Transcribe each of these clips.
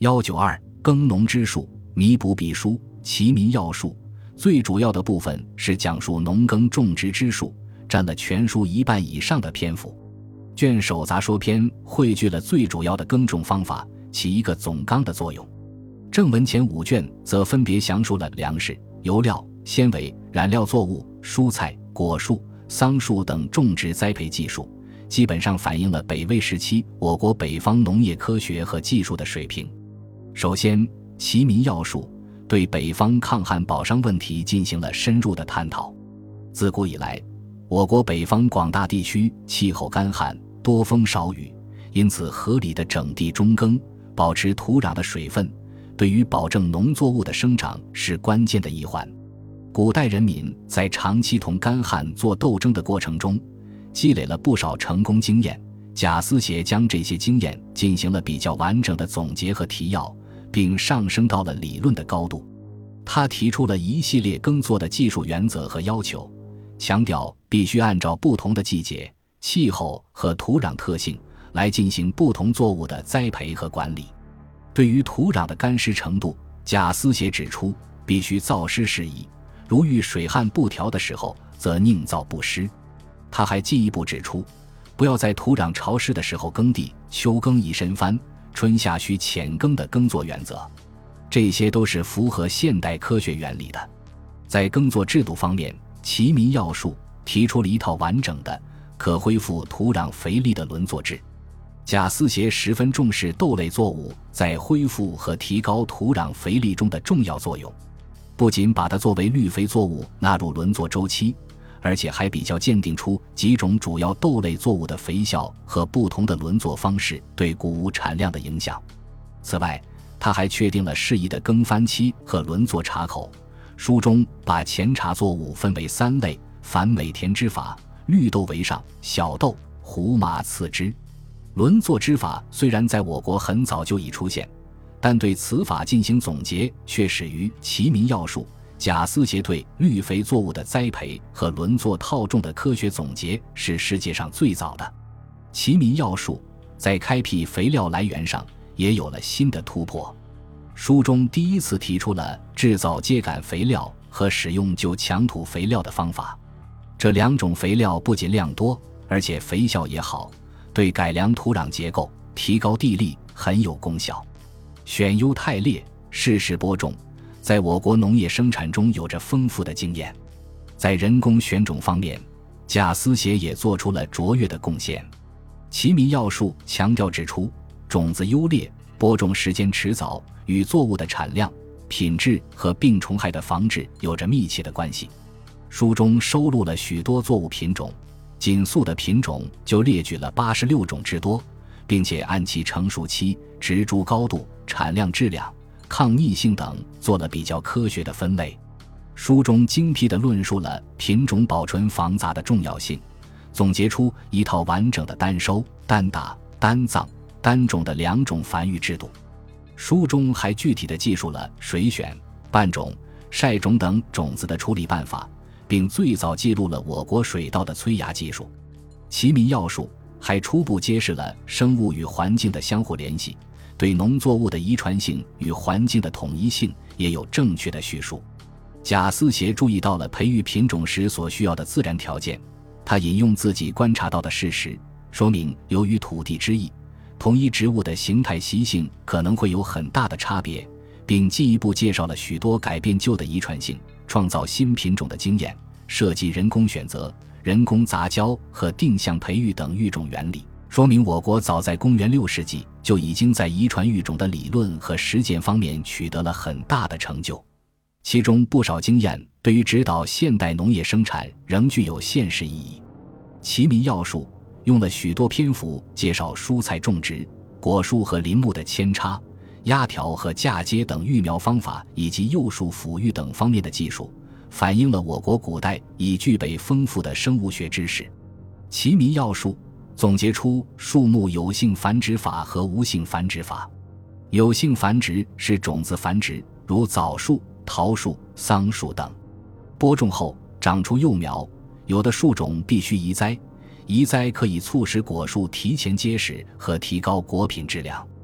192耕农之术，弥补必书，齐民要术。最主要的部分是讲述农耕种植之术，占了全书一半以上的篇幅。卷首杂说篇汇聚了最主要的耕种方法，起一个总纲的作用。正文前5卷则分别详述了粮食、油料、纤维、染料作物、蔬菜、果树、桑树等种植栽培技术，基本上反映了北魏时期我国北方农业科学和技术的水平。首先，齐民要术对北方抗旱保墒问题进行了深入的探讨。自古以来，我国北方广大地区气候干旱，多风少雨，因此合理的整地中耕，保持土壤的水分，对于保证农作物的生长是关键的一环。古代人民在长期同干旱做斗争的过程中，积累了不少成功经验。贾思勰将这些经验进行了比较完整的总结和提要，并上升到了理论的高度。他提出了一系列耕作的技术原则和要求，强调必须按照不同的季节、气候和土壤特性来进行不同作物的栽培和管理。对于土壤的干湿程度，贾思勰指出必须造湿适宜，如遇水旱不调的时候，则宁造不湿。他还进一步指出，不要在土壤潮湿的时候耕地，秋耕宜深翻，春夏需浅耕的耕作原则。这些都是符合现代科学原理的。在耕作制度方面，齐民要术提出了一套完整的、可恢复土壤肥力的轮作制。贾思勰十分重视豆类作物在恢复和提高土壤肥力中的重要作用，不仅把它作为绿肥作物纳入轮作周期，而且还比较鉴定出几种主要豆类作物的肥效和不同的轮作方式对谷物产量的影响。此外，他还确定了适宜的耕番期和轮作茬口。书中把前茬作物分为3类：凡美田之法，绿豆为上，小豆、胡麻次之。轮作之法虽然在我国很早就已出现，但对此法进行总结却始于齐民要术。贾思勰对绿肥作物的栽培和轮作套种的科学总结是世界上最早的。齐民要术在开辟肥料来源上也有了新的突破。书中第一次提出了制造秸秆肥料和使用旧强土肥料的方法。这2种肥料不仅量多，而且肥效也好，对改良土壤结构、提高地力很有功效。选优汰劣，适时播种，在我国农业生产中有着丰富的经验。在人工选种方面，贾思勰也做出了卓越的贡献。齐民要术强调指出，种子优劣、播种时间迟早与作物的产量、品质和病虫害的防治有着密切的关系。书中收录了许多作物品种，仅粟的品种就列举了86种之多，并且按其成熟期、植株高度、产量、质量、抗逆性等做了比较科学的分类。书中精辟地论述了品种保存防杂的重要性，总结出一套完整的单收、单打、单葬、单种的2种繁育制度。书中还具体地记述了水选、拌种、晒种等种子的处理办法，并最早记录了我国水稻的催芽技术。齐民要术还初步揭示了生物与环境的相互联系，对农作物的遗传性与环境的统一性也有正确的叙述。贾思勰注意到了培育品种时所需要的自然条件，他引用自己观察到的事实，说明由于土地之异，同一植物的形态习性可能会有很大的差别，并进一步介绍了许多改变旧的遗传性、创造新品种的经验，涉及人工选择、人工杂交和定向培育等育种原理，说明我国早在公元6世纪就已经在遗传育种的理论和实践方面取得了很大的成就。其中不少经验对于指导现代农业生产仍具有现实意义。齐民要术用了许多篇幅介绍蔬菜种植、果树和林木的扦插、压条和嫁接等育苗方法，以及幼树抚育等方面的技术，反映了我国古代已具备丰富的生物学知识。齐民要术总结出树木有性繁殖法和无性繁殖法。有性繁殖是种子繁殖，如枣树、桃树、桑树等。播种后长出幼苗，有的树种必须移栽，移栽可以促使果树提前结实和提高果品质量。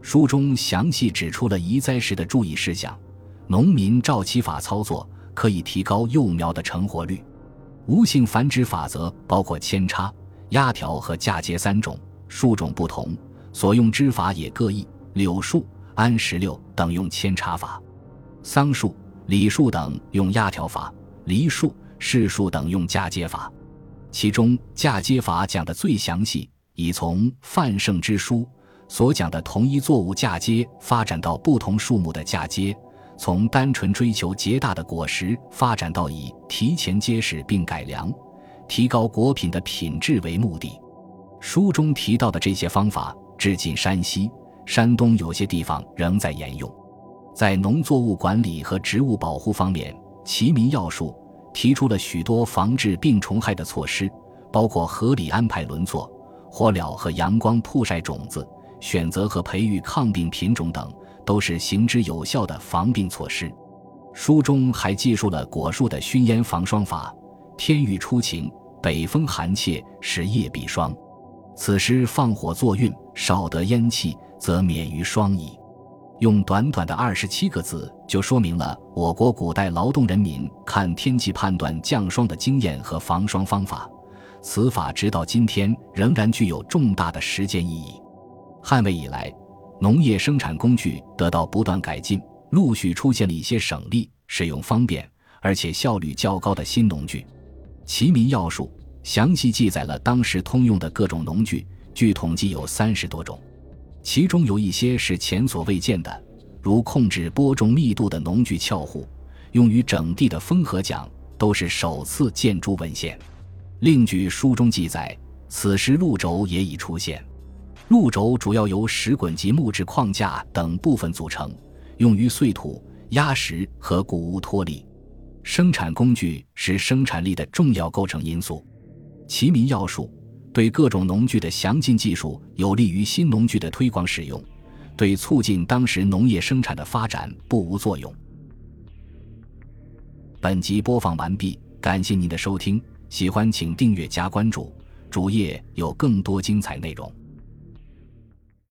书中详细指出了移栽时的注意事项，农民照其法操作，可以提高幼苗的成活率。无性繁殖法则包括扦插、压条和嫁接3种，树种不同，所用之法也各异。柳树、桉石榴等用扦插法，桑树、李树等用压条法，梨树、柿树等用嫁接法。其中嫁接法讲得最详细，已从范胜之书所讲的同一作物嫁接发展到不同树木的嫁接，从单纯追求结大的果实发展到以提前结实并改良，提高果品的品质为目的。书中提到的这些方法，至今山西、山东有些地方仍在沿用。在农作物管理和植物保护方面，齐民要术提出了许多防治病虫害的措施，包括合理安排轮作、火燎和阳光曝晒种子、选择和培育抗病品种等，都是行之有效的防病措施。书中还记述了果树的熏烟防霜法：天欲初晴，北风寒切，时夜必霜。此时放火作运，少得烟气，则免于霜矣。用短短的27个字就说明了我国古代劳动人民看天气判断降霜的经验和防霜方法，此法直到今天仍然具有重大的实践意义。汉魏以来，农业生产工具得到不断改进，陆续出现了一些省力、使用方便而且效率较高的新农具。齐民要术详细记载了当时通用的各种农具，据统计有30多种，其中有一些是前所未见的，如控制播种密度的农具撬户，用于整地的风和桨都是首次见诸文献。另据书中记载，此时路轴也已出现。路轴主要由石滚及木质框架等部分组成，用于碎土、压实和谷物脱离。生产工具是生产力的重要构成因素。齐民要术对各种农具的详尽技术有利于新农具的推广使用，对促进当时农业生产的发展不无作用。本集播放完毕，感谢您的收听，喜欢请订阅加关注，主页有更多精彩内容。